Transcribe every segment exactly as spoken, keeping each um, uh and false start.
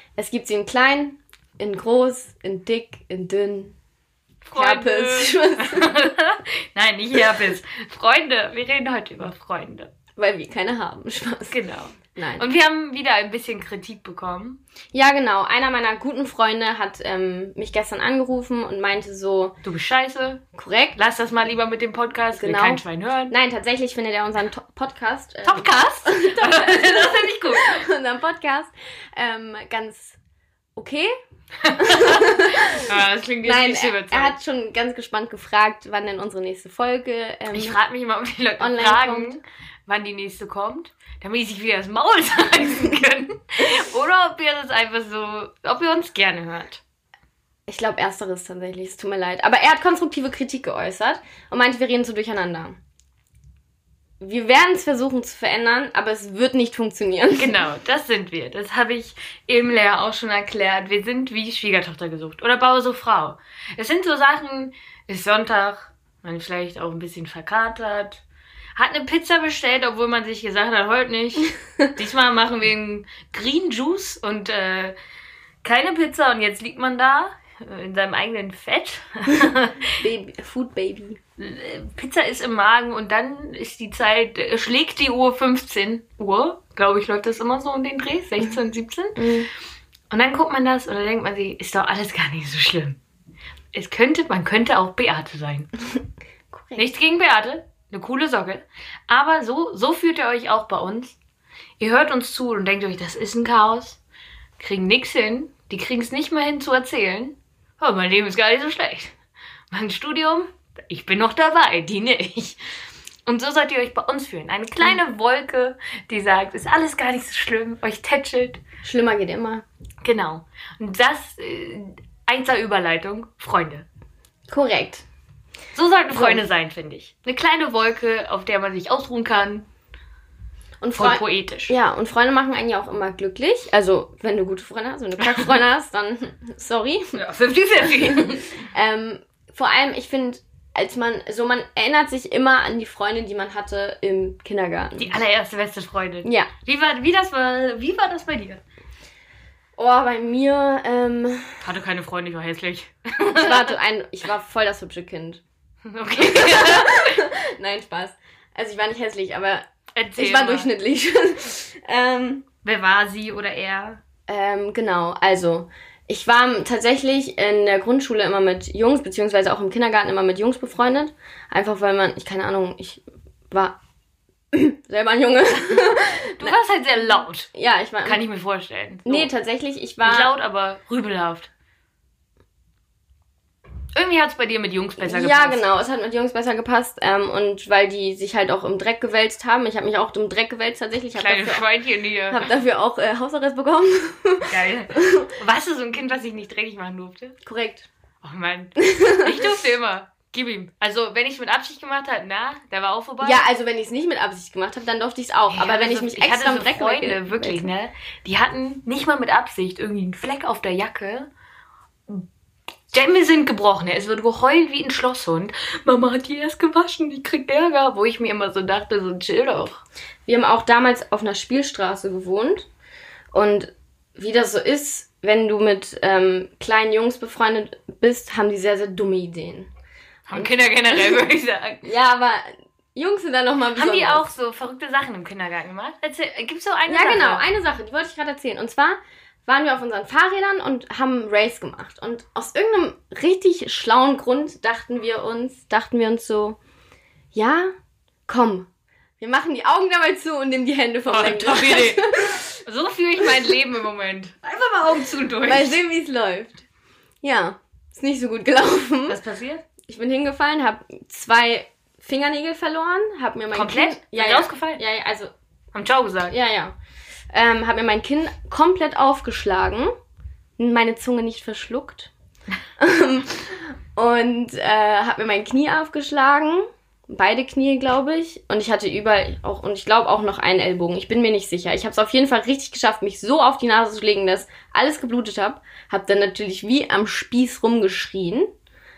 Es gibt sie in klein, in groß, in dick, in dünn. Freunde. Herpes. Nein, nicht Herpes. Freunde. Wir reden heute über Freunde. Weil wir keine haben. Spaß. Genau. Nein. Und wir haben wieder ein bisschen Kritik bekommen. Ja, genau. Einer meiner guten Freunde hat ähm, mich gestern angerufen und meinte so... Du bist scheiße. Korrekt. Lass das mal lieber mit dem Podcast. Genau. Will kein Schwein hören. Nein, tatsächlich findet er unseren To- Podcast... Ähm, Topcast? Das finde ich gut. unseren Podcast ähm, ganz okay. Ah, das klingt jetzt Nein, nicht er, überzeugend. er hat schon ganz gespannt gefragt, wann denn unsere nächste Folge ähm, Ich frage mich immer, ob die Leute online fragen, kommt. wann die nächste kommt, damit sie sich wieder das Maul zerreißen können. Oder ob ihr das einfach so, ob ihr uns gerne hört. Ich glaube, ersteres tatsächlich. Es tut mir leid. Aber er hat konstruktive Kritik geäußert und meinte, wir reden so durcheinander. Wir werden es versuchen zu verändern, aber es wird nicht funktionieren. Genau, das sind wir. Das habe ich im Lehr auch schon erklärt. Wir sind wie Schwiegertochter gesucht oder Bause Frau. Es sind so Sachen, ist Sonntag, man vielleicht auch ein bisschen verkatert, hat eine Pizza bestellt, obwohl man sich gesagt hat, heute nicht. Diesmal machen wir einen Green Juice und äh, keine Pizza und jetzt liegt man da in seinem eigenen Fett. Baby, Food Baby. Pizza ist im Magen und dann ist die Zeit, äh, schlägt die Uhr fünfzehn Uhr, glaube ich, läuft das immer so um den Dreh, sechzehn, siebzehn. Mhm. Und dann guckt man das und dann denkt man sich, ist doch alles gar nicht so schlimm. Es könnte, man könnte auch Beate sein. Korrekt. Nichts gegen Beate, eine coole Socke. Aber so, so fühlt ihr euch auch bei uns. Ihr hört uns zu und denkt euch, das ist ein Chaos. Kriegen nichts hin. Die kriegen es nicht mehr hin zu erzählen. Oh, mein Leben ist gar nicht so schlecht. Mein Studium, ich bin noch dabei, die nicht. Und so sollt ihr euch bei uns fühlen. Eine kleine Wolke, die sagt, ist alles gar nicht so schlimm, euch tätschelt. Schlimmer geht immer. Genau. Und das, äh, einser Überleitung, Freunde. Korrekt. So sollten Freunde sein, finde ich. Eine kleine Wolke, auf der man sich ausruhen kann. Und Voll Freu- poetisch. Ja, und Freunde machen einen ja auch immer glücklich. Also, wenn du gute Freunde hast, wenn du Kackfreunde hast, dann sorry. Ja, fünfzig fünfzig. Ähm, vor allem, ich finde, als man, so man erinnert sich immer an die Freunde, die man hatte im Kindergarten. Die allererste beste Freundin. Ja. Wie war, wie, das war, wie war das bei dir? Oh, bei mir, ähm, Hatte keine Freunde, ich war hässlich. ich war, so ein, ich war voll das hübsche Kind. Okay. Nein, Spaß. Also ich war nicht hässlich, aber Erzähl ich war mal. durchschnittlich. ähm, Wer war sie oder er? ähm, genau, also ich war tatsächlich in der Grundschule immer mit Jungs, beziehungsweise auch im Kindergarten immer mit Jungs befreundet. Einfach weil man, ich keine Ahnung, ich war selber ein Junge. Du warst halt sehr laut. Ja, ich war... Kann ich mir vorstellen. So. Nee, tatsächlich, ich war... Nicht laut, aber rübelhaft. Irgendwie hat es bei dir mit Jungs besser gepasst. Ja, genau, es hat mit Jungs besser gepasst. Ähm, und weil die sich halt auch im Dreck gewälzt haben. Ich habe mich auch im Dreck gewälzt tatsächlich. Ich habe Kleine dafür, Schweinchen hier. hab dafür auch äh, Hausarrest bekommen. Geil. Warst du so ein Kind, was ich nicht dreckig machen durfte? Korrekt. Oh Mann. Ich durfte immer. Gib ihm. Also, wenn ich es mit Absicht gemacht habe, na, der war auch vorbei. Ja, also wenn ich es nicht mit Absicht gemacht habe, dann durfte ich es auch. Ja, aber wenn also, ich mich ich extra hatte im so Dreck Freunde, gewälzt- wirklich, ne? Die hatten nicht mal mit Absicht irgendwie einen Fleck auf der Jacke. Dämme sind gebrochen. Es wird geheult wie ein Schlosshund. Mama hat die erst gewaschen, die kriegt Ärger. Wo ich mir immer so dachte, so chill doch. Wir haben auch damals auf einer Spielstraße gewohnt. Und wie das so ist, wenn du mit ähm, kleinen Jungs befreundet bist, haben die sehr, sehr dumme Ideen. Haben Kinder generell, würde ich sagen. Ja, aber Jungs sind da nochmal Haben die auch so verrückte Sachen im Kindergarten gemacht? Erzähl, gibt's so eine Ja, Sache? genau. Eine Sache, die wollte ich gerade erzählen. Und zwar waren wir auf unseren Fahrrädern und haben Race gemacht. Und aus irgendeinem richtig schlauen Grund dachten wir uns, dachten wir uns so, ja, komm, wir machen die Augen dabei zu und nehmen die Hände vom Oh, Lenkrad. top Idee. So fühle ich mein Leben im Moment. Einfach mal Augen zu und durch. Mal sehen, wie es läuft. Ja, ist nicht so gut gelaufen. Was passiert? Ich bin hingefallen, habe zwei Fingernägel verloren, habe mir mein Komplett? Kinn... Ja, Sind ja, rausgefallen? ja, ja, also... Haben Ciao gesagt. Ja, ja. Ähm, habe mir mein Kinn komplett aufgeschlagen, meine Zunge nicht verschluckt und äh, habe mir mein Knie aufgeschlagen, beide Knie, glaube ich, und ich hatte überall auch, und ich glaube auch noch einen Ellbogen, ich bin mir nicht sicher. Ich habe es auf jeden Fall richtig geschafft, mich so auf die Nase zu legen, dass alles geblutet habe. Habe dann natürlich wie am Spieß rumgeschrien.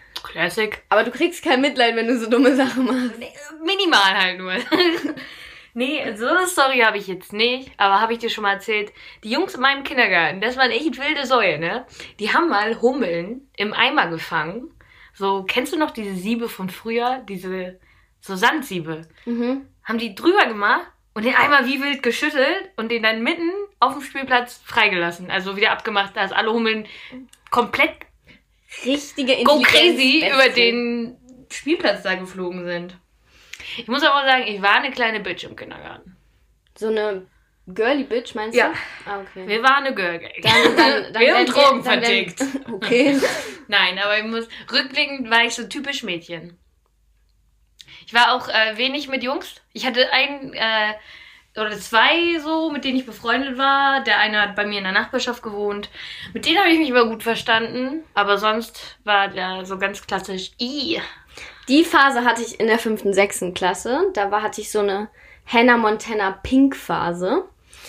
Classic. Aber du kriegst kein Mitleid, wenn du so dumme Sachen machst. Minimal halt nur. Nee, so eine Story habe ich jetzt nicht, aber habe ich dir schon mal erzählt. Die Jungs in meinem Kindergarten, das waren echt wilde Säue, ne? Die haben mal Hummeln im Eimer gefangen. So, kennst du noch diese Siebe von früher? Diese, so Sandsiebe. Mhm. Haben die drüber gemacht und den Eimer wie wild geschüttelt und den dann mitten auf dem Spielplatz freigelassen. Also wieder abgemacht, dass alle Hummeln komplett Richtige go crazy Intelligenz- über den Spielplatz da geflogen sind. Ich muss aber sagen, ich war eine kleine Bitch im Kindergarten. So eine girly Bitch, meinst Ja. du? Ah, okay. Wir waren eine Girl Gang. Dann, dann, dann wir haben werden Drogen dann werden- vertickt. Okay. Nein, aber ich muss, rückblickend war ich so typisch Mädchen. Ich war auch äh, wenig mit Jungs. Ich hatte ein äh, oder zwei so, mit denen ich befreundet war. Der eine hat bei mir in der Nachbarschaft gewohnt. Mit denen habe ich mich immer gut verstanden. Aber sonst war der so ganz klassisch I. Die Phase hatte ich in der fünften, sechsten Klasse. Da war, hatte ich so eine Hannah Montana Pink Phase.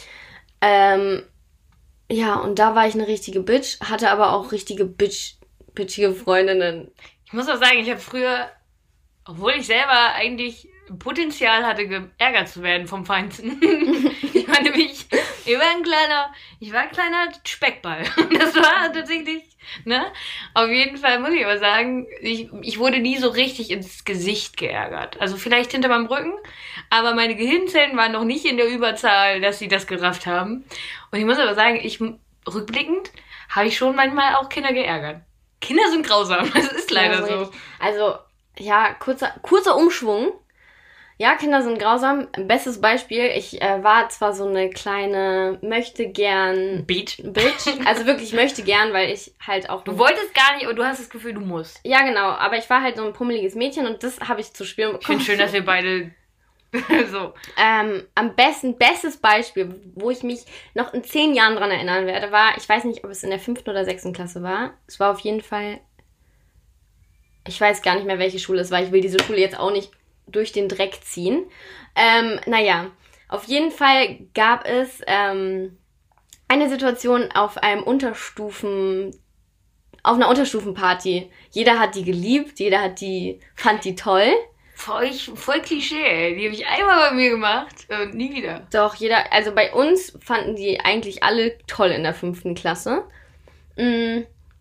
Ähm, ja, und da war ich eine richtige Bitch, hatte aber auch richtige Bitch, bitchige Freundinnen. Ich muss auch sagen, ich habe früher, obwohl ich selber eigentlich Potenzial hatte, geärgert zu werden vom Feinsten. Ich war nämlich, ich war ein kleiner, ich war ein kleiner Speckball. Das war tatsächlich, ne? Auf jeden Fall muss ich aber sagen, ich, ich wurde nie so richtig ins Gesicht geärgert. Also vielleicht hinter meinem Rücken, aber meine Gehirnzellen waren noch nicht in der Überzahl, dass sie das gerafft haben. Und ich muss aber sagen, ich, rückblickend, habe ich schon manchmal auch Kinder geärgert. Kinder sind grausam, das ist leider Ja, so. richtig. Also, ja, kurzer, kurzer Umschwung. Ja, Kinder sind grausam. Bestes Beispiel, ich äh, war zwar so eine kleine möchte gern Beat. Bitch, also wirklich möchte gern, weil ich halt auch... Du wolltest gar nicht, aber du hast das Gefühl, du musst. Ja, genau, aber ich war halt so ein pummeliges Mädchen und das habe ich zu spüren Ich finde schön, dass wir beide so. Ähm, am besten, bestes Beispiel, wo ich mich noch in zehn Jahren dran erinnern werde, war, ich weiß nicht, ob es in der fünften oder sechsten Klasse war. Es war auf jeden Fall, ich weiß gar nicht mehr, welche Schule es war. Ich will diese Schule jetzt auch nicht durch den Dreck ziehen. Ähm, naja, auf jeden Fall gab es ähm, eine Situation auf einem Unterstufen, auf einer Unterstufenparty. Jeder hat die geliebt, jeder hat die, fand die toll. Voll, voll Klischee, ey. Die habe ich einmal bei mir gemacht und nie wieder. Doch, jeder, also bei uns fanden die eigentlich alle toll in der fünften Klasse. Mm.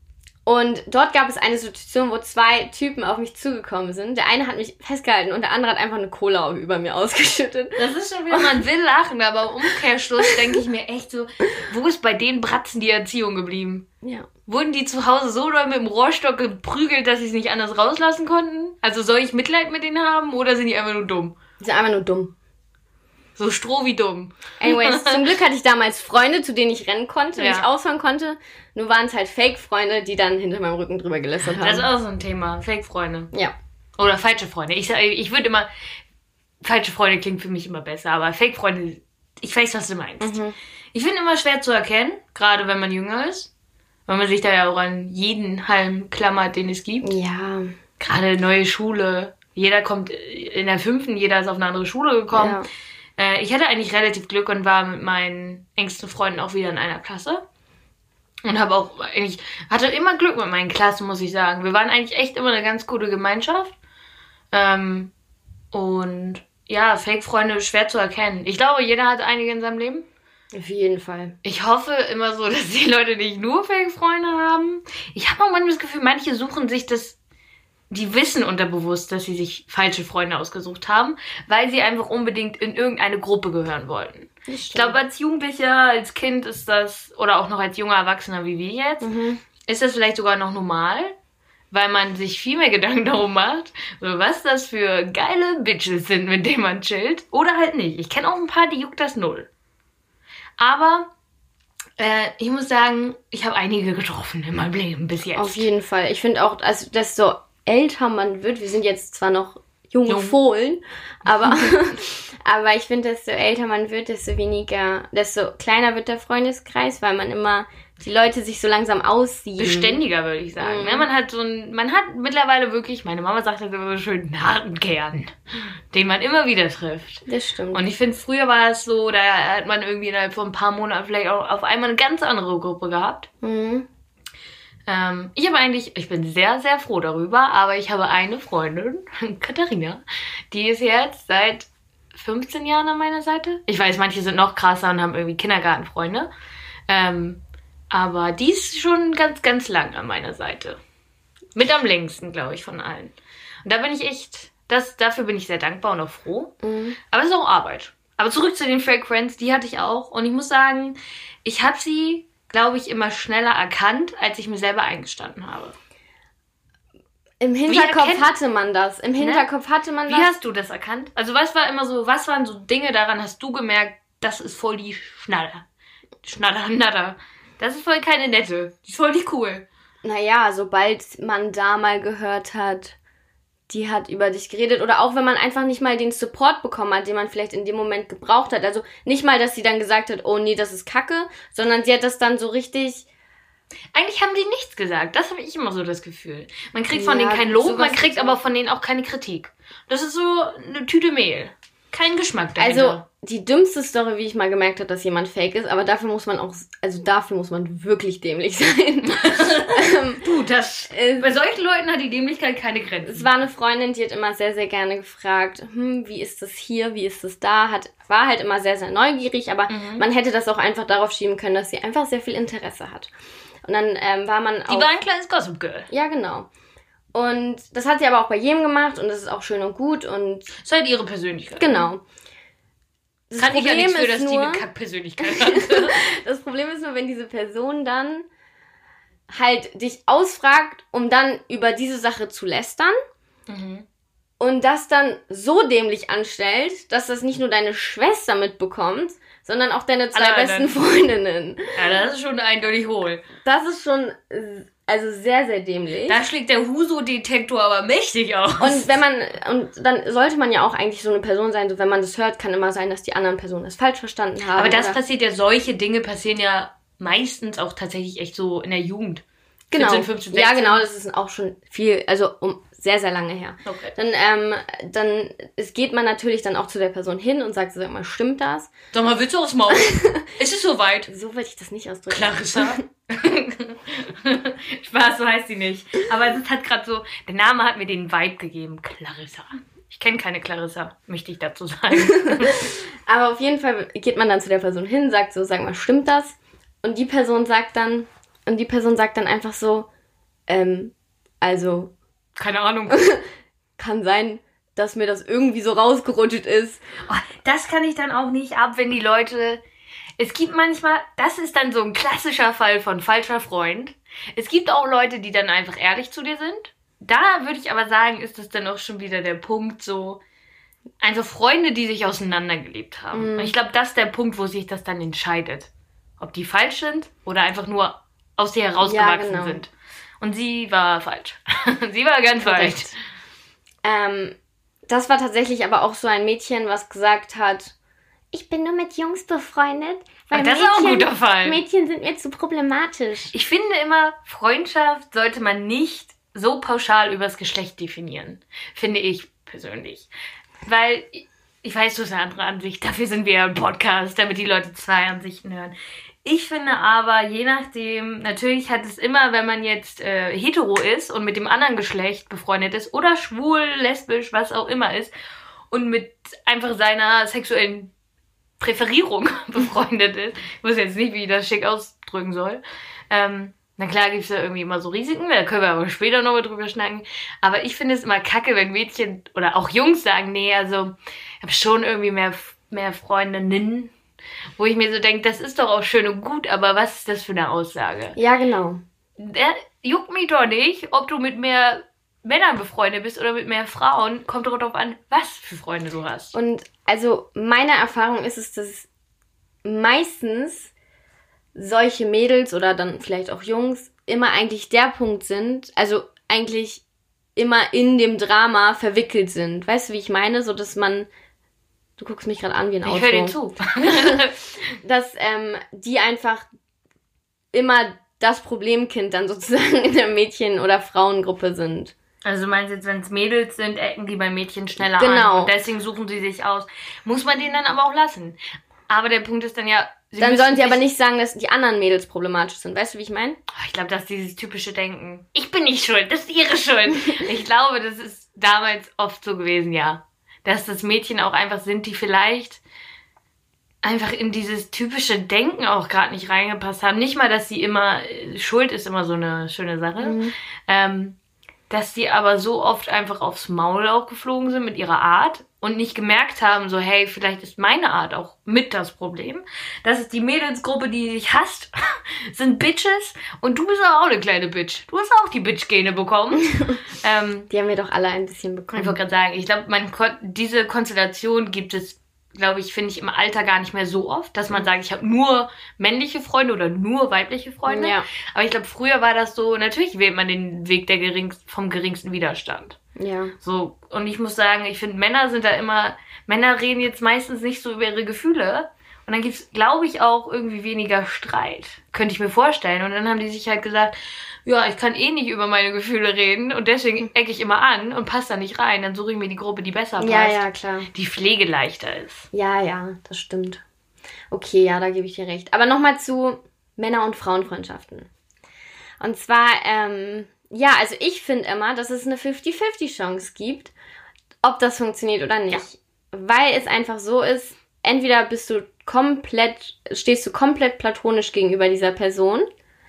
Und dort gab es eine Situation, wo zwei Typen auf mich zugekommen sind. Der eine hat mich festgehalten und der andere hat einfach eine Cola über mir ausgeschüttet. Das ist schon wieder, man will lachen, aber im Umkehrschluss denke ich mir echt so, wo ist bei den Bratzen die Erziehung geblieben? Ja. Wurden die zu Hause so doll mit dem Rohrstock geprügelt, dass sie es nicht anders rauslassen konnten? Also soll ich Mitleid mit denen haben oder sind die einfach nur dumm? Die sind einfach nur dumm. So stroh wie dumm. Anyways, zum Glück hatte ich damals Freunde, zu denen ich rennen konnte, die Ja. ich ausfahren konnte. Nur waren es halt Fake-Freunde, die dann hinter meinem Rücken drüber gelästert haben. Das ist auch so ein Thema. Fake-Freunde. Ja. Oder falsche Freunde. Ich, sag- ich würde immer, falsche Freunde klingt für mich immer besser, aber Fake-Freunde, ich weiß, was du meinst. Mhm. Ich finde immer schwer zu erkennen, gerade wenn man jünger ist. Weil man sich da ja auch an jeden Halm klammert, den es gibt. Ja. Gerade neue Schule. Jeder kommt in der fünften, jeder ist auf eine andere Schule gekommen. Ja. Äh, ich hatte eigentlich relativ Glück und war mit meinen engsten Freunden auch wieder in einer Klasse. Und habe auch eigentlich, hatte immer Glück mit meinen Klassen, muss ich sagen. Wir waren eigentlich echt immer eine ganz gute Gemeinschaft. Ähm, und ja, Fake-Freunde schwer zu erkennen. Ich glaube, jeder hat einige in seinem Leben. Auf jeden Fall. Ich hoffe immer so, dass die Leute nicht nur Fake-Freunde haben. Ich habe auch manchmal das Gefühl, manche suchen sich das, die wissen unterbewusst, dass sie sich falsche Freunde ausgesucht haben, weil sie einfach unbedingt in irgendeine Gruppe gehören wollten. Ich glaube, als Jugendlicher, als Kind ist das, oder auch noch als junger Erwachsener wie wir jetzt, Mhm. ist das vielleicht sogar noch normal, weil man sich viel mehr Gedanken darum macht, so was das für geile Bitches sind, mit denen man chillt. Oder halt nicht. Ich kenne auch ein paar, die juckt das null. Aber äh, ich muss sagen, ich habe einige getroffen in meinem Leben bis jetzt. Auf jeden Fall. Ich finde auch, also, desto älter man wird, wir sind jetzt zwar noch junge Jung. Fohlen, aber, aber ich finde, desto älter man wird, desto weniger, desto kleiner wird der Freundeskreis, weil man immer die Leute sich so langsam aussieht. Beständiger, würde ich sagen. Mhm. Ne? Man hat so ein, man hat mittlerweile wirklich, meine Mama sagt das immer so schön, einen harten Kern, den man immer wieder trifft. Das stimmt. Und ich finde, früher war es so, da hat man irgendwie innerhalb von ein paar Monaten vielleicht auch auf einmal eine ganz andere Gruppe gehabt. Mhm. Ähm, ich habe eigentlich, ich bin sehr, sehr froh darüber, aber ich habe eine Freundin, Katharina, die ist jetzt seit fünfzehn Jahren an meiner Seite. Ich weiß, manche sind noch krasser und haben irgendwie Kindergartenfreunde. Ähm, aber die ist schon ganz, ganz lang an meiner Seite. Mit am längsten, glaube ich, von allen. Und da bin ich echt, das, dafür bin ich sehr dankbar und auch froh. Mhm. Aber es ist auch Arbeit. Aber zurück zu den Fake Friends, die hatte ich auch. Und ich muss sagen, ich habe sie, glaube ich, immer schneller erkannt, als ich mir selber eingestanden habe. Im Hinterkopf hatte man das. Im Hinterkopf ne? hatte man das. Wie hast du das erkannt? Also was war immer so, was waren so Dinge daran, hast du gemerkt, das ist voll die Schnatter. Schnatter, natter. Das ist voll keine nette. Die ist voll nicht cool. Naja, sobald man da mal gehört hat, die hat über dich geredet. Oder auch, wenn man einfach nicht mal den Support bekommen hat, den man vielleicht in dem Moment gebraucht hat. Also nicht mal, dass sie dann gesagt hat, oh nee, das ist Kacke, sondern sie hat das dann so richtig... Eigentlich haben die nichts gesagt. Das habe ich immer so das Gefühl. Man kriegt von ja, denen kein Lob, man kriegt aber von denen auch keine Kritik. Das ist so eine Tüte Mehl. Kein Geschmack dahinter. Also die dümmste Story, wie ich mal gemerkt habe, dass jemand fake ist, aber dafür muss man auch, also dafür muss man wirklich dämlich sein. du, das, äh, bei solchen Leuten hat die Dämlichkeit keine Grenzen. Es war eine Freundin, die hat immer sehr, sehr gerne gefragt, hm, wie ist das hier, wie ist das da, hat, war halt immer sehr, sehr neugierig, aber mhm. man hätte das auch einfach darauf schieben können, dass sie einfach sehr viel Interesse hat. Und dann ähm, war man auch... Die war ein kleines Gossip Girl. Ja, genau. Und das hat sie aber auch bei jedem gemacht und das ist auch schön und gut und... Das ist halt ihre Persönlichkeit. Genau. Das Kann Problem ich ja nichts für, dass nur, die eine Kack-Persönlichkeit hat. Das Problem ist nur, wenn diese Person dann halt dich ausfragt, um dann über diese Sache zu lästern mhm. und das dann so dämlich anstellt, dass das nicht nur deine Schwester mitbekommt, sondern auch deine zwei Alle besten anderen. Freundinnen. Ja, das ist schon eindeutig hohl. Das ist schon... Also sehr, sehr dämlich. Da schlägt der Huso-Detektor aber mächtig aus. Und wenn man, und dann sollte man ja auch eigentlich so eine Person sein, so wenn man das hört, kann immer sein, dass die anderen Personen das falsch verstanden haben. Aber das oder? passiert ja, solche Dinge passieren ja meistens auch tatsächlich echt so in der Jugend. Genau. vierzehn, fünfzehn, sechzehn. Ja, genau, das ist auch schon viel, also um sehr, sehr lange her. Okay. Dann, ähm, dann es geht man natürlich dann auch zu der Person hin und sagt, sag mal, stimmt das? Sag mal, willst du aufs Maul? Ist es soweit? So wollte ich das nicht ausdrücken. Clarissa? Spaß, so heißt sie nicht. Aber es hat gerade so, der Name hat mir den Vibe gegeben. Clarissa. Ich kenne keine Clarissa, möchte ich dazu sagen. Aber auf jeden Fall geht man dann zu der Person hin, sagt so, sag mal, stimmt das? Und die Person sagt dann, und die Person sagt dann einfach so, ähm, also... Keine Ahnung. Kann sein, dass mir das irgendwie so rausgerutscht ist. Oh, das kann ich dann auch nicht ab, wenn die Leute... Es gibt manchmal, das ist dann so ein klassischer Fall von falscher Freund. Es gibt auch Leute, die dann einfach ehrlich zu dir sind. Da würde ich aber sagen, ist das dann auch schon wieder der Punkt so... Einfach Freunde, die sich auseinandergelebt haben. Mm. Und ich glaube, das ist der Punkt, wo sich das dann entscheidet. Ob die falsch sind oder einfach nur aus dir herausgewachsen ja, genau. sind. Und sie war falsch. Sie war ganz falsch. Ähm, das war tatsächlich aber auch so ein Mädchen, was gesagt hat, ich bin nur mit Jungs befreundet, weil das Mädchen, ist auch ein guter Fall. Mädchen sind mir zu problematisch. Ich finde immer, Freundschaft sollte man nicht so pauschal übers Geschlecht definieren. Finde ich persönlich. Weil, ich weiß, du hast eine andere Ansicht, dafür sind wir ja ein Podcast, damit die Leute zwei Ansichten hören. Ich finde aber, je nachdem, natürlich hat es immer, wenn man jetzt äh, hetero ist und mit dem anderen Geschlecht befreundet ist oder schwul, lesbisch, was auch immer ist und mit einfach seiner sexuellen Präferierung befreundet ist, ich weiß jetzt nicht, wie ich das schick ausdrücken soll, ähm, na klar gibt es ja irgendwie immer so Risiken, da können wir aber später noch mal drüber schnacken, aber ich finde es immer kacke, wenn Mädchen oder auch Jungs sagen, nee, also ich habe schon irgendwie mehr, mehr Freundinnen, wo ich mir so denke, das ist doch auch schön und gut, aber was ist das für eine Aussage? Ja, genau. Der juckt mich doch nicht, ob du mit mehr Männern befreundet bist oder mit mehr Frauen. Kommt doch darauf an, was für Freunde du hast. Und also meiner Erfahrung ist es, dass meistens solche Mädels oder dann vielleicht auch Jungs immer eigentlich der Punkt sind, also eigentlich immer in dem Drama verwickelt sind. Weißt du, wie ich meine? So, dass man... Du guckst mich gerade an wie ein Auto. Ich höre dir zu. Dass ähm, die einfach immer das Problemkind dann sozusagen in der Mädchen- oder Frauengruppe sind. Also du meinst jetzt, wenn es Mädels sind, ecken die bei Mädchen schneller genau. an. Und deswegen suchen sie sich aus. Muss man denen dann aber auch lassen. Aber der Punkt ist dann ja... Sie dann sollen sie aber nicht sagen, dass die anderen Mädels problematisch sind. Weißt du, wie ich meine? Ich glaube, das ist dieses typische Denken. Ich bin nicht schuld, das ist ihre Schuld. Ich glaube, das ist damals oft so gewesen, ja. dass das Mädchen auch einfach sind, die vielleicht einfach in dieses typische Denken auch gerade nicht reingepasst haben. Nicht mal, dass sie immer, Schuld ist immer so eine schöne Sache, Mhm. ähm, dass die aber so oft einfach aufs Maul auch geflogen sind mit ihrer Art und nicht gemerkt haben, so hey, vielleicht ist meine Art auch mit das Problem. Das ist die Mädelsgruppe, die dich hasst, sind Bitches und du bist auch eine kleine Bitch. Du hast auch die Bitch-Gene bekommen. ähm, Die haben wir doch alle ein bisschen ich bekommen. wollte gerade sagen, ich glaube, man kon- diese Konstellation gibt es, glaube ich, finde ich im Alter gar nicht mehr so oft, dass man sagt, ich habe nur männliche Freunde oder nur weibliche Freunde. Ja. Aber ich glaube, früher war das so, natürlich wählt man den Weg der geringst, vom geringsten Widerstand. Ja. So, und ich muss sagen, ich finde, Männer sind da immer, Männer reden jetzt meistens nicht so über ihre Gefühle. Und dann gibt's, glaube ich, auch irgendwie weniger Streit. Könnte ich mir vorstellen. Und dann haben die sich halt gesagt, ja, ich kann eh nicht über meine Gefühle reden und deswegen ecke ich immer an und passe da nicht rein. Dann suche ich mir die Gruppe, die besser passt. Ja, ja, klar. Die pflegeleichter ist. Ja, ja, das stimmt. Okay, ja, da gebe ich dir recht. Aber nochmal zu Männer- und Frauenfreundschaften. Und zwar, ähm, ja, also ich finde immer, dass es eine fünfzig fünfzig Chance gibt, ob das funktioniert oder nicht. Weil es einfach so ist, entweder bist du komplett, stehst du komplett platonisch gegenüber dieser Person,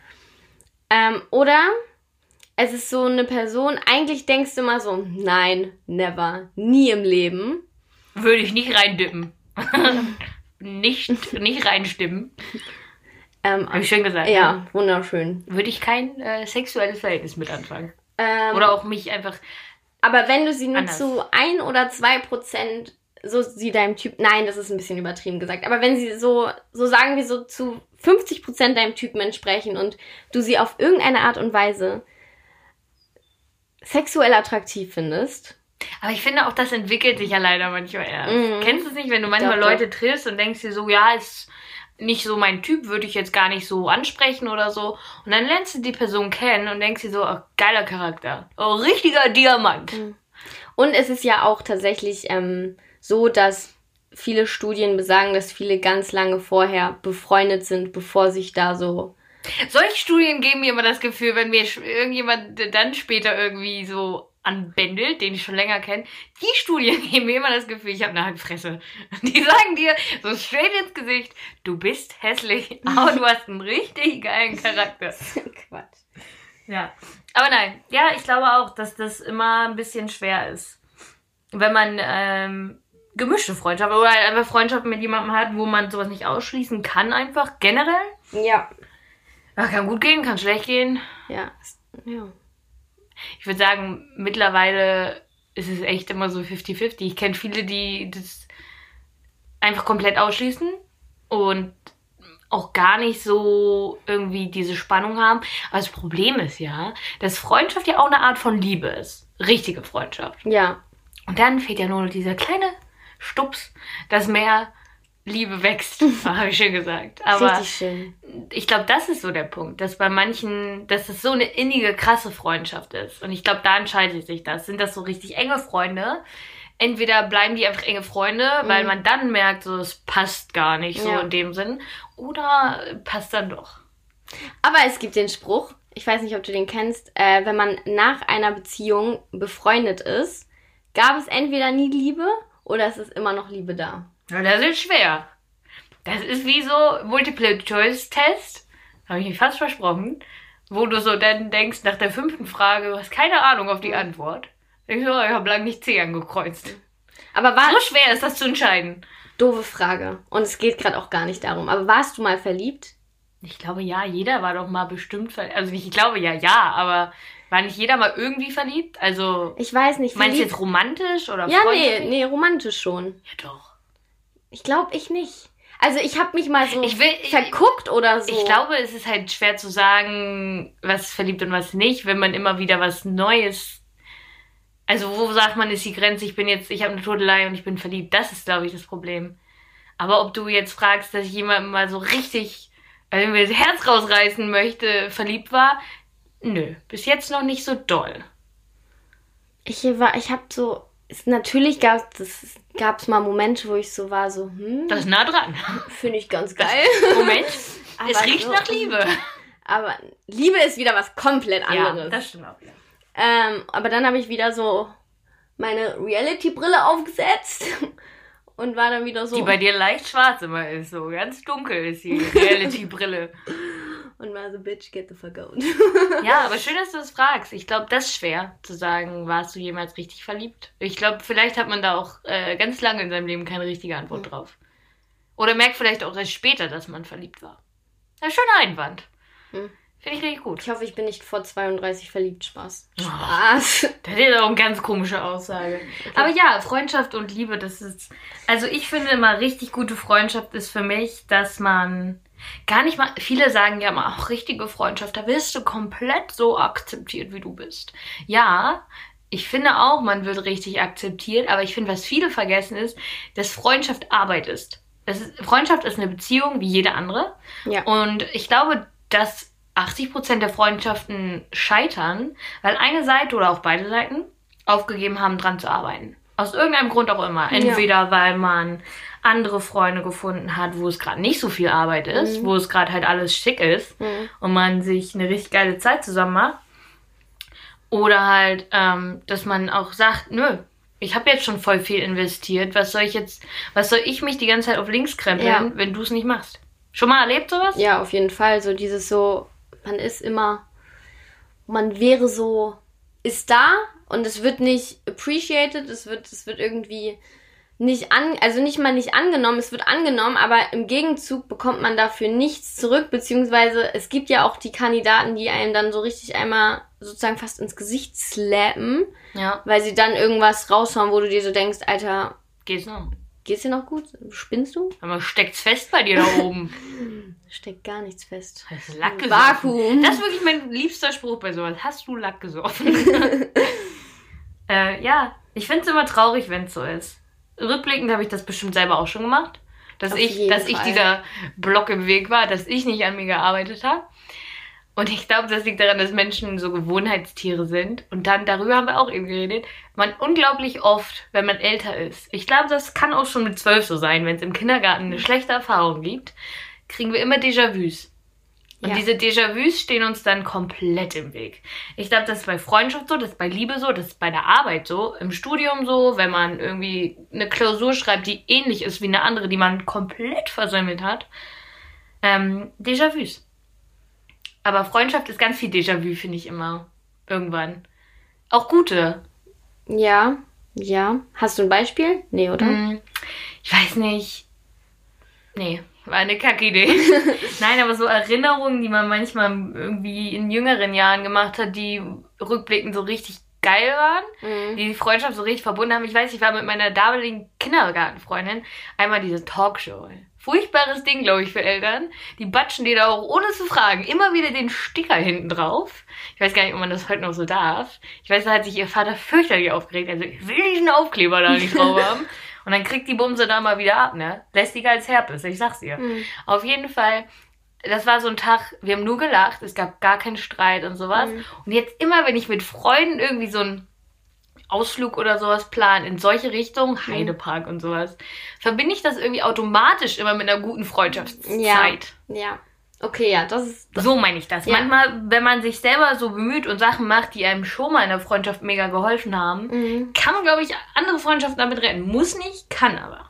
ähm, oder es ist so eine Person, eigentlich denkst du immer so, nein, never, nie im Leben. Würde ich nicht reindippen. nicht, nicht reinstimmen. Ähm, Habe ich schön gesagt. Ne? ja, wunderschön. Würde ich kein äh, sexuelles Verhältnis mit anfangen. Ähm, Oder auch mich einfach... aber wenn du sie nur anders. zu ein oder zwei Prozent so sie deinem Typ, nein, das ist ein bisschen übertrieben gesagt, aber wenn sie so, so sagen wir so zu fünfzig Prozent deinem Typen entsprechen und du sie auf irgendeine Art und Weise sexuell attraktiv findest. Aber ich finde auch, das entwickelt sich ja leider manchmal erst. Mhm. Kennst du es nicht, wenn du manchmal Doch, doch. Leute triffst und denkst dir so, ja, ist nicht so mein Typ, würde ich jetzt gar nicht so ansprechen oder so. Und dann lernst du die Person kennen und denkst dir so, oh, geiler Charakter. Oh, richtiger Diamant. Mhm. Und es ist ja auch tatsächlich ähm, so, dass viele Studien besagen, dass viele ganz lange vorher befreundet sind, bevor sich da so... Solche Studien geben mir immer das Gefühl, wenn mir sch- irgendjemand dann später irgendwie so anbändelt, den ich schon länger kenne, die Studien geben mir immer das Gefühl, ich habe eine Hackfresse. Die sagen dir so straight ins Gesicht, du bist hässlich, aber du hast einen richtig geilen Charakter. Quatsch. Ja. Aber nein, ja, ich glaube auch, dass das immer ein bisschen schwer ist. Wenn man ähm, gemischte Freundschaften oder halt einfach Freundschaften mit jemandem hat, wo man sowas nicht ausschließen kann, einfach generell. Ja. Ja, kann gut gehen, kann schlecht gehen. Ja. Ja. Ich würde sagen, mittlerweile ist es echt immer so fünfzig fünfzig. Ich kenne viele, die das einfach komplett ausschließen und auch gar nicht so irgendwie diese Spannung haben. Aber das Problem ist ja, dass Freundschaft ja auch eine Art von Liebe ist. Richtige Freundschaft. Ja. Und dann fehlt ja nur noch dieser kleine Stups, dass mehr Liebe wächst. Habe ich schön gesagt. Aber Richtig schön. ich glaube, das ist so der Punkt, dass bei manchen, dass das so eine innige, krasse Freundschaft ist. Und ich glaube, da entscheidet sich das. Sind das so richtig enge Freunde? Entweder bleiben die einfach enge Freunde, mhm. weil man dann merkt, so es passt gar nicht so ja. in dem Sinn. Oder passt dann doch. Aber es gibt den Spruch, ich weiß nicht, ob du den kennst, äh, wenn man nach einer Beziehung befreundet ist, gab es entweder nie Liebe oder es ist immer noch Liebe da. Ja, das ist schwer. Das ist wie so Multiple-Choice-Test, habe ich mir fast versprochen, wo du so dann denkst, nach der fünften Frage, du hast keine Ahnung auf die Antwort. Ich so, ich habe lange nicht C angekreuzt. Aber war So schwer ist das zu entscheiden. Doofe Frage. Und es geht gerade auch gar nicht darum. Aber warst du mal verliebt? Ich glaube, ja, jeder war doch mal bestimmt verliebt. Also ich glaube ja, ja, aber war nicht jeder mal irgendwie verliebt? Also, Ich weiß nicht. meinst du verliebt- jetzt romantisch oder Ja, nee, freundschaftlich? nee, romantisch schon. Ja, doch. Ich glaube, ich nicht. Also ich habe mich mal so Ich will- ich- verguckt oder so. Ich glaube, es ist halt schwer zu sagen, was verliebt und was nicht, wenn man immer wieder was Neues. Also, wo sagt man, ist die Grenze, ich bin jetzt, ich habe eine Todelei und ich bin verliebt. Das ist, glaube ich, das Problem. Aber ob du jetzt fragst, dass ich jemandem mal so richtig, weil mir das Herz rausreißen möchte, verliebt war, nö, bis jetzt noch nicht so doll. Ich war, ich habe so, es, natürlich gab es gab's mal Momente, wo ich so war, so, hm, Das ist nah dran. finde ich ganz geil. Moment, Aber es riecht so- nach Liebe. Aber Liebe ist wieder was komplett Ja, anderes. das stimmt auch wieder. ähm, aber dann habe ich wieder so meine Reality-Brille aufgesetzt und war dann wieder so... Die bei dir leicht schwarz immer ist, so ganz dunkel ist die Reality-Brille. Und war so, bitch, get the fuck out. Ja, aber schön, dass du das fragst. Ich glaube, das ist schwer zu sagen, warst du jemals richtig verliebt? Ich glaube, vielleicht hat man da auch äh, ganz lange in seinem Leben keine richtige Antwort mhm. drauf. Oder merkt vielleicht auch erst später, dass man verliebt war. Ja, schöner Einwand. Mhm. Finde ich richtig gut. Ich hoffe, ich bin nicht vor zweiunddreißig verliebt. Spaß. Spaß. Oh, das ist auch eine ganz komische Aussage. Okay. Aber ja, Freundschaft und Liebe, das ist... Also ich finde immer, richtig gute Freundschaft ist für mich, dass man... Gar nicht mal... Viele sagen ja immer, auch richtige Freundschaft, da wirst du komplett so akzeptiert, wie du bist. Ja, ich finde auch, man wird richtig akzeptiert, aber ich finde, was viele vergessen ist, dass Freundschaft Arbeit ist. Das ist Freundschaft ist eine Beziehung wie jede andere. Ja. Und ich glaube, dass achtzig Prozent der Freundschaften scheitern, weil eine Seite oder auch beide Seiten aufgegeben haben, dran zu arbeiten. Aus irgendeinem Grund auch immer. Entweder ja. weil man andere Freunde gefunden hat, wo es gerade nicht so viel Arbeit ist, mhm. wo es gerade halt alles schick ist mhm. und man sich eine richtig geile Zeit zusammen macht. Oder halt, ähm, dass man auch sagt, nö, ich habe jetzt schon voll viel investiert, was soll ich jetzt, was soll ich mich die ganze Zeit auf links krempeln, ja. wenn du es nicht machst? Schon mal erlebt sowas? Ja, auf jeden Fall. So dieses so, man ist immer, man wäre so, ist da und es wird nicht appreciated, es wird, es wird irgendwie nicht an, also nicht mal nicht angenommen, es wird angenommen, aber im Gegenzug bekommt man dafür nichts zurück, beziehungsweise es gibt ja auch die Kandidaten, die einem dann so richtig einmal sozusagen fast ins Gesicht slappen, ja. weil sie dann irgendwas raushauen, wo du dir so denkst, Alter, geht's noch? Geht's dir noch gut? Spinnst du? Aber steckt's fest bei dir da oben? Steckt gar nichts fest. Hast du Lack gesoffen? Vakuum. Das ist wirklich mein liebster Spruch bei sowas. Hast du Lack gesoffen? äh, ja, ich find's immer traurig, wenn's so ist. Rückblickend habe ich das bestimmt selber auch schon gemacht. Dass, ich, dass ich dieser Block im Weg war, dass ich nicht an mir gearbeitet habe. Und ich glaube, das liegt daran, dass Menschen so Gewohnheitstiere sind. Und dann, darüber haben wir auch eben geredet, man unglaublich oft, wenn man älter ist, ich glaube, das kann auch schon mit zwölf so sein, wenn es im Kindergarten eine schlechte Erfahrung gibt, kriegen wir immer Déjà-vus. Und ja. diese Déjà-vus stehen uns dann komplett im Weg. Ich glaube, das ist bei Freundschaft so, das ist bei Liebe so, das ist bei der Arbeit so, im Studium so, wenn man irgendwie eine Klausur schreibt, die ähnlich ist wie eine andere, die man komplett versäumelt hat. Ähm, Déjà-vus. Aber Freundschaft ist ganz viel Déjà-vu, finde ich immer. Irgendwann. Auch gute. Ja, ja. Hast du ein Beispiel? Nee, oder? Hm, ich weiß nicht. Nee, war eine Kackidee. Nein, aber so Erinnerungen, die man manchmal irgendwie in jüngeren Jahren gemacht hat, die rückblickend so richtig geil waren, mhm. die die Freundschaft so richtig verbunden haben. Ich weiß, ich war mit meiner damaligen Kindergartenfreundin einmal diese Talkshow. Furchtbares Ding, glaube ich, für Eltern. Die batschen dir da auch ohne zu fragen immer wieder den Sticker hinten drauf. Ich weiß gar nicht, ob man das heute noch so darf. Ich weiß, da hat sich ihr Vater fürchterlich aufgeregt. Also, ich will diesen Aufkleber da nicht drauf haben. Und dann kriegt die Bumse da mal wieder ab, ne? Lästiger als Herpes, ich sag's ihr. Mhm. Auf jeden Fall, das war so ein Tag, wir haben nur gelacht, es gab gar keinen Streit und sowas. Mhm. Und jetzt immer, wenn ich mit Freunden irgendwie so einen Ausflug oder sowas plan, in solche Richtungen, Heidepark und sowas, verbinde ich das irgendwie automatisch immer mit einer guten Freundschaftszeit. Ja, ja. Okay, ja, das ist... Das so meine ich das. Ja. Manchmal, wenn man sich selber so bemüht und Sachen macht, die einem schon mal in der Freundschaft mega geholfen haben, mhm. kann man, glaube ich, andere Freundschaften damit retten. Muss nicht, kann aber.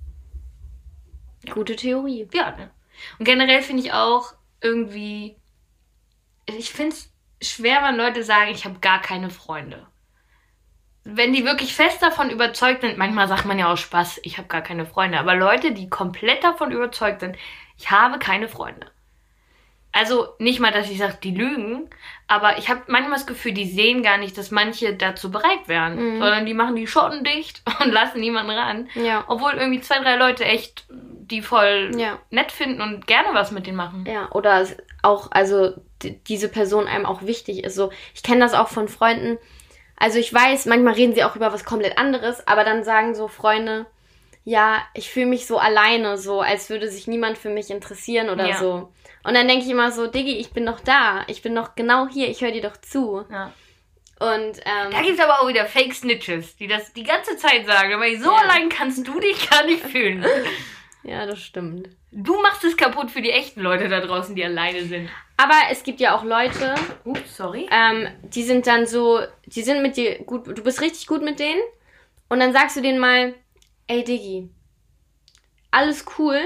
Gute Theorie. Ja, ne? Und generell finde ich auch irgendwie... Ich finde es schwer, wenn Leute sagen, ich habe gar keine Freunde. Wenn die wirklich fest davon überzeugt sind, manchmal sagt man ja auch Spaß, ich habe gar keine Freunde, aber Leute, die komplett davon überzeugt sind, ich habe keine Freunde. Also nicht mal, dass ich sage, die lügen, aber ich habe manchmal das Gefühl, die sehen gar nicht, dass manche dazu bereit wären, mhm. sondern die machen die Schotten dicht und lassen niemanden ran. Ja. Obwohl irgendwie zwei, drei Leute echt die voll ja. nett finden und gerne was mit denen machen. Ja, oder auch, also d- diese Person einem auch wichtig ist. So, ich kenne das auch von Freunden. Also ich weiß, manchmal reden sie auch über was komplett anderes, aber dann sagen so Freunde, ja, ich fühle mich so alleine, so als würde sich niemand für mich interessieren oder ja. so. Und dann denke ich immer so, Diggi, ich bin doch da, ich bin doch genau hier, ich höre dir doch zu. Ja. Und ähm, da gibt es aber auch wieder Fake Snitches, die das die ganze Zeit sagen, aber so ja. allein kannst du dich gar nicht fühlen. Ja, das stimmt. Du machst es kaputt für die echten Leute da draußen, die alleine sind. Aber es gibt ja auch Leute, Ups, sorry. ähm, die sind dann so, die sind mit dir gut, du bist richtig gut mit denen und dann sagst du denen mal, ey Diggi, alles cool,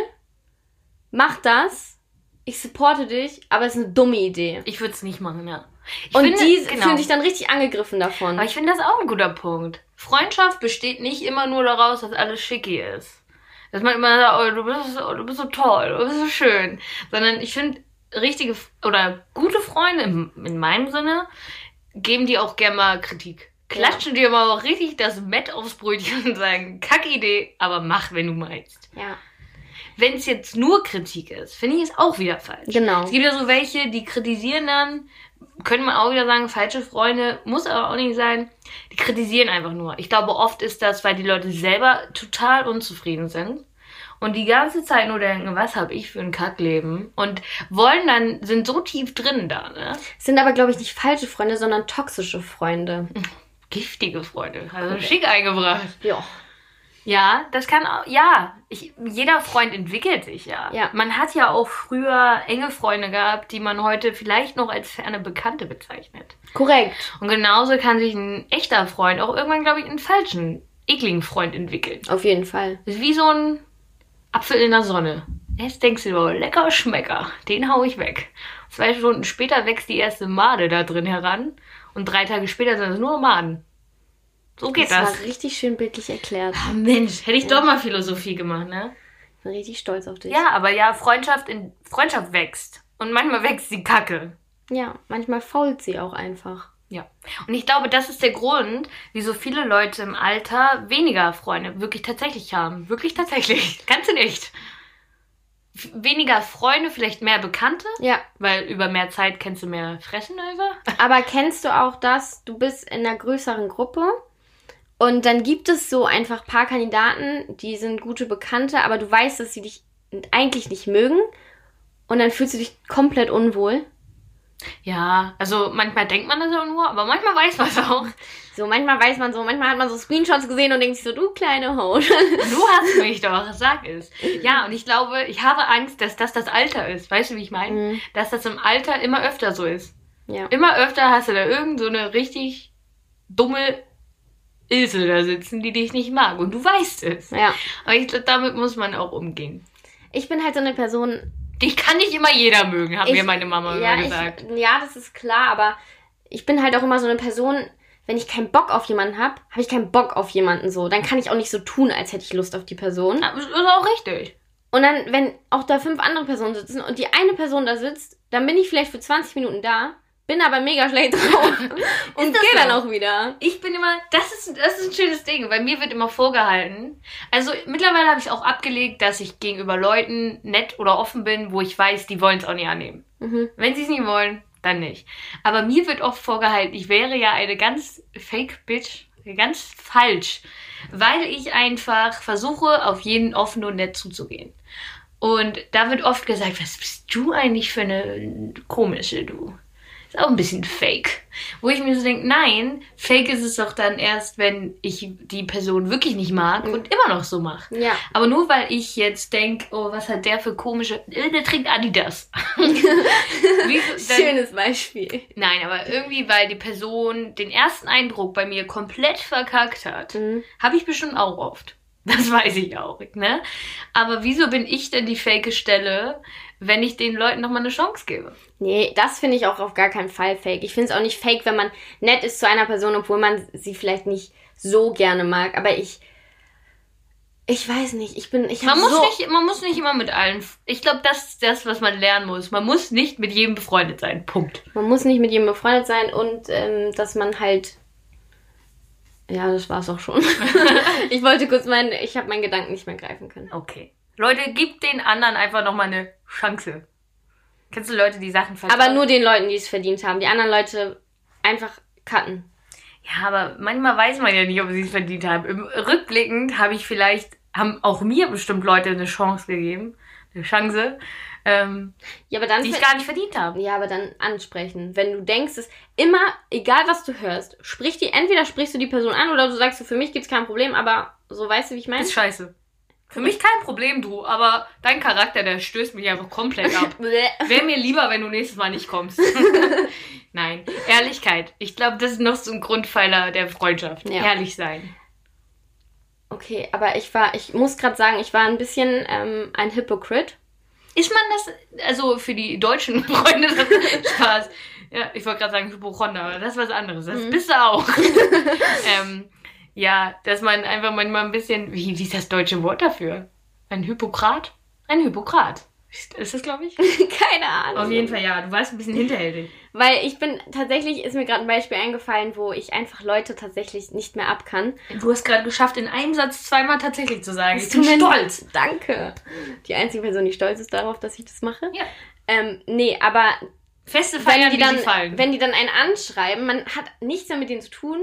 mach das, ich supporte dich, aber es ist eine dumme Idee. Ich würde es nicht machen, ja. Ich und finde, die genau. fühlen sich dann richtig angegriffen davon. Aber ich finde das auch ein guter Punkt. Freundschaft besteht nicht immer nur daraus, dass alles schicki ist. Dass man immer sagt, oh, du bist, oh, du bist so toll, du bist so schön. Sondern ich finde, richtige oder gute Freunde, in, in meinem Sinne, geben die auch gerne mal Kritik. Klatschen ja. dir mal auch richtig das Mett aufs Brötchen und sagen, Kackidee, aber mach, wenn du meinst. Ja. Wenn es jetzt nur Kritik ist, finde ich es auch wieder falsch. Genau. Es gibt ja so welche, die kritisieren dann, können man auch wieder sagen, falsche Freunde, muss aber auch nicht sein, die kritisieren einfach nur. Ich glaube, oft ist das, weil die Leute selber total unzufrieden sind und die ganze Zeit nur denken, was habe ich für ein Kackleben und wollen dann, sind so tief drin da, ne? Sind aber, glaube ich, nicht falsche Freunde, sondern toxische Freunde. Giftige Freunde, also okay. Schick eingebracht. Ja. Ja, das kann auch, ja, ich, jeder Freund entwickelt sich ja. ja. Man hat ja auch früher enge Freunde gehabt, die man heute vielleicht noch als ferne Bekannte bezeichnet. Korrekt. Und genauso kann sich ein echter Freund auch irgendwann, glaube ich, einen falschen, ekligen Freund entwickeln. Auf jeden Fall. Das ist wie so ein Apfel in der Sonne. Jetzt denkst du, oh, lecker Schmecker, den hau ich weg. Zwei Stunden später wächst die erste Made da drin heran und drei Tage später sind es nur Maden. So geht das. Das war richtig schön bildlich erklärt. Oh Mensch, hätte ich ja. doch mal Philosophie gemacht, ne? Ich bin richtig stolz auf dich. Ja, aber ja, Freundschaft in Freundschaft wächst. Und manchmal wächst sie Kacke. Ja, manchmal fault sie auch einfach. Ja. Und ich glaube, das ist der Grund, wieso viele Leute im Alter weniger Freunde wirklich tatsächlich haben. Wirklich tatsächlich. Ganz in echt. F- weniger Freunde, vielleicht mehr Bekannte. Ja. Weil über mehr Zeit kennst du mehr Fressen über. Aber kennst du auch das, du bist in einer größeren Gruppe und dann gibt es so einfach ein paar Kandidaten, die sind gute Bekannte, aber du weißt, dass sie dich eigentlich nicht mögen und dann fühlst du dich komplett unwohl. Ja, also manchmal denkt man das auch nur, aber manchmal weiß man es auch. So, manchmal weiß man so, manchmal hat man so Screenshots gesehen und denkt sich so, du kleine Haut. Du hast mich doch, sag es. Ja, und ich glaube, ich habe Angst, dass das das Alter ist. Weißt du, wie ich meine? Mhm. Dass das im Alter immer öfter so ist. Ja. Immer öfter hast du da irgend so eine richtig dumme Ilse da sitzen, die dich nicht mag. Und du weißt es. Ja. Aber ich glaube, damit muss man auch umgehen. Ich bin halt so eine Person... Dich kann nicht immer jeder mögen, hat ich, mir meine Mama ja, immer gesagt. Ich, ja, das ist klar, aber ich bin halt auch immer so eine Person, wenn ich keinen Bock auf jemanden habe, habe ich keinen Bock auf jemanden so. Dann kann ich auch nicht so tun, als hätte ich Lust auf die Person. Das ist auch richtig. Und dann, wenn auch da fünf andere Personen sitzen und die eine Person da sitzt, dann bin ich vielleicht für zwanzig Minuten da, bin aber mega schlecht drauf und gehe dann auch wieder. Ich bin immer, das ist, das ist ein schönes Ding, weil mir wird immer vorgehalten. Also mittlerweile habe ich es auch abgelegt, dass ich gegenüber Leuten nett oder offen bin, wo ich weiß, die wollen es auch nicht annehmen. Mhm. Wenn sie es nicht wollen, dann nicht. Aber mir wird oft vorgehalten, ich wäre ja eine ganz fake Bitch, ganz falsch, weil ich einfach versuche, auf jeden offen und nett zuzugehen. Und da wird oft gesagt, was bist du eigentlich für eine komische, du? Ist auch ein bisschen fake. Wo ich mir so denke, nein, fake ist es doch dann erst, wenn ich die Person wirklich nicht mag mhm. und immer noch so mache. Ja. Aber nur weil ich jetzt denke, oh, was hat der für komische... Äh, der trinkt Adidas. Wie, dann, schönes Beispiel. Nein, aber irgendwie, weil die Person den ersten Eindruck bei mir komplett verkackt hat, mhm. habe ich bestimmt auch oft. Das weiß ich auch, ne? Aber wieso bin ich denn die fake Stelle, wenn ich den Leuten nochmal eine Chance gebe? Nee, das finde ich auch auf gar keinen Fall fake. Ich finde es auch nicht fake, wenn man nett ist zu einer Person, obwohl man sie vielleicht nicht so gerne mag. Aber ich, ich weiß nicht, ich bin, ich man muss so... nicht, man muss nicht immer mit allen, ich glaube, das ist das, was man lernen muss. Man muss nicht mit jedem befreundet sein, Punkt. Man muss nicht mit jedem befreundet sein und ähm, dass man halt... Ja, das war's auch schon. Ich wollte kurz meinen, ich habe meinen Gedanken nicht mehr greifen können. Okay. Leute, gib den anderen einfach nochmal eine Chance. Kennst du Leute, die Sachen vertrauen? Aber nur den Leuten, die es verdient haben. Die anderen Leute einfach cutten. Ja, aber manchmal weiß man ja nicht, ob sie es verdient haben. Im Rückblickend habe ich vielleicht, haben auch mir bestimmt Leute eine Chance gegeben. Eine Chance. Ähm, ja, aber dann die ich gar nicht verdient habe. Ja, aber dann ansprechen. Wenn du denkst, es immer, egal was du hörst, sprich die, entweder sprichst du die Person an oder du sagst, so, für mich gibt's kein Problem, aber so weißt du, wie ich meine? Ist scheiße. Für mich kein Problem, du, aber dein Charakter, der stößt mich einfach komplett ab. Wäre mir lieber, wenn du nächstes Mal nicht kommst. Nein, Ehrlichkeit. Ich glaube, das ist noch so ein Grundpfeiler der Freundschaft. Ja. Ehrlich sein. Okay, aber ich war, ich muss gerade sagen, ich war ein bisschen ähm, ein Hypocrite. Ist man das, also für die deutschen Freunde, das ist Spaß. Ja, ich wollte gerade sagen Hypochonder, aber das ist was anderes. Das mhm. bist du auch. ähm, ja, dass man einfach manchmal ein bisschen, wie, wie ist das deutsche Wort dafür? Ein Hypokrat? Ein Hypokrat. Ist das, glaube ich? Keine Ahnung. Auf jeden Fall, ja. Du warst ein bisschen hinterhältig. Weil ich bin, tatsächlich ist mir gerade ein Beispiel eingefallen, wo ich einfach Leute tatsächlich nicht mehr ab kann. Du hast gerade geschafft, in einem Satz zweimal tatsächlich zu sagen. Ich bin stolz. Danke. Die einzige Person, die stolz ist darauf, dass ich das mache. Ja. Ähm, nee, aber Feste feiern, wenn die dann, wie sie fallen. Wenn die dann einen anschreiben, man hat nichts mehr mit denen zu tun.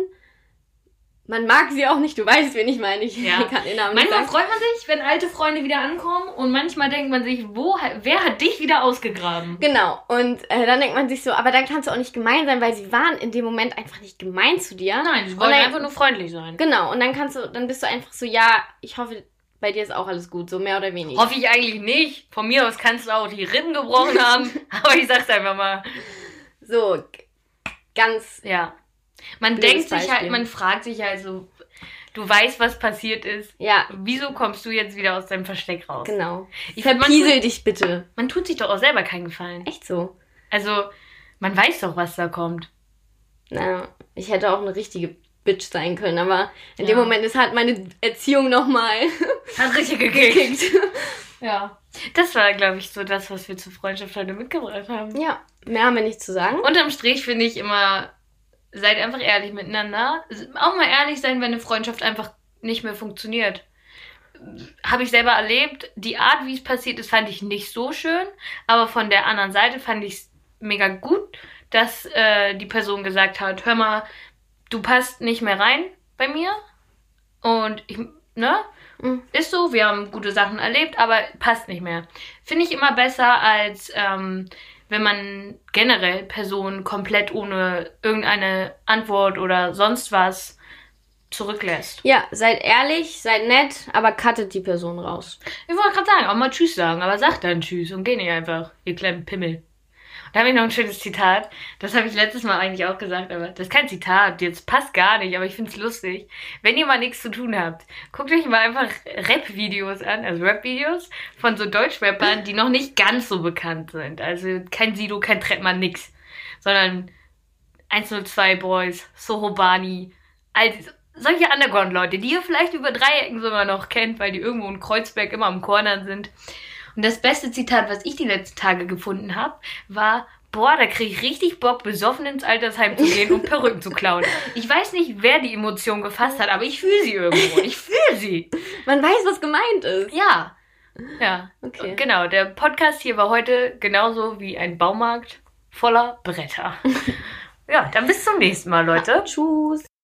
Man mag sie auch nicht, du weißt, wen ich meine. Ich ja. kann den Namen manchmal nicht freut man sich, wenn alte Freunde wieder ankommen und manchmal denkt man sich, wo, wer hat dich wieder ausgegraben? Genau, und äh, dann denkt man sich so, aber dann kannst du auch nicht gemein sein, weil sie waren in dem Moment einfach nicht gemein zu dir. Nein, sie wollen dann, einfach nur freundlich sein. Genau, und dann kannst du, dann bist du einfach so, ja, ich hoffe, bei dir ist auch alles gut, so mehr oder weniger. Hoffe ich eigentlich nicht. Von mir aus kannst du auch die Rippen gebrochen haben, aber ich sag's einfach mal. So, ganz... Ja. Man denkt sich halt, man fragt sich halt so, du weißt, was passiert ist. Ja. Wieso kommst du jetzt wieder aus deinem Versteck raus? Genau. Ich Verpiesel dich bitte. Man tut sich doch auch selber keinen Gefallen. Echt so? Also, man weiß doch, was da kommt. Na, ich hätte auch eine richtige Bitch sein können, aber in ja. dem Moment ist halt meine Erziehung nochmal... Hat richtig gekickt. Ja. Das war, glaube ich, so das, was wir zur Freundschaft heute mitgebracht haben. Ja, mehr haben wir nicht zu sagen. Unterm Strich finde ich immer... Seid einfach ehrlich miteinander. Auch mal ehrlich sein, wenn eine Freundschaft einfach nicht mehr funktioniert. Habe ich selber erlebt. Die Art, wie es passiert ist, fand ich nicht so schön. Aber von der anderen Seite fand ich es mega gut, dass äh, die Person gesagt hat, hör mal, du passt nicht mehr rein bei mir. Und ich, ne? Mhm. Ist so, wir haben gute Sachen erlebt, aber passt nicht mehr. Finde ich immer besser als... Ähm, wenn man generell Personen komplett ohne irgendeine Antwort oder sonst was zurücklässt. Ja, seid ehrlich, seid nett, aber cuttet die Person raus. Ich wollte gerade sagen, auch mal Tschüss sagen, aber sagt dann Tschüss und geh nicht einfach, ihr kleinen Pimmel. Da habe ich noch ein schönes Zitat. Das habe ich letztes Mal eigentlich auch gesagt, aber das ist kein Zitat. Jetzt passt gar nicht, aber ich finde es lustig. Wenn ihr mal nichts zu tun habt, guckt euch mal einfach Rap-Videos an, also Rap-Videos von so Deutschrappern, die noch nicht ganz so bekannt sind. Also kein Sido, kein Trettmann, nix. Sondern eins null zwei Boys, Sohobani, all diese, solche Underground-Leute, die ihr vielleicht über Dreiecken sogar noch kennt, weil die irgendwo in Kreuzberg immer am Corner sind. Und das beste Zitat, was ich die letzten Tage gefunden habe, war, boah, da kriege ich richtig Bock, besoffen ins Altersheim zu gehen und Perücken zu klauen. Ich weiß nicht, wer die Emotion gefasst hat, aber ich fühle sie irgendwo. Ich fühle sie. Man weiß, was gemeint ist. Ja. Ja. Okay. Genau, der Podcast hier war heute genauso wie ein Baumarkt voller Bretter. Ja, dann bis zum nächsten Mal, Leute. Tschüss.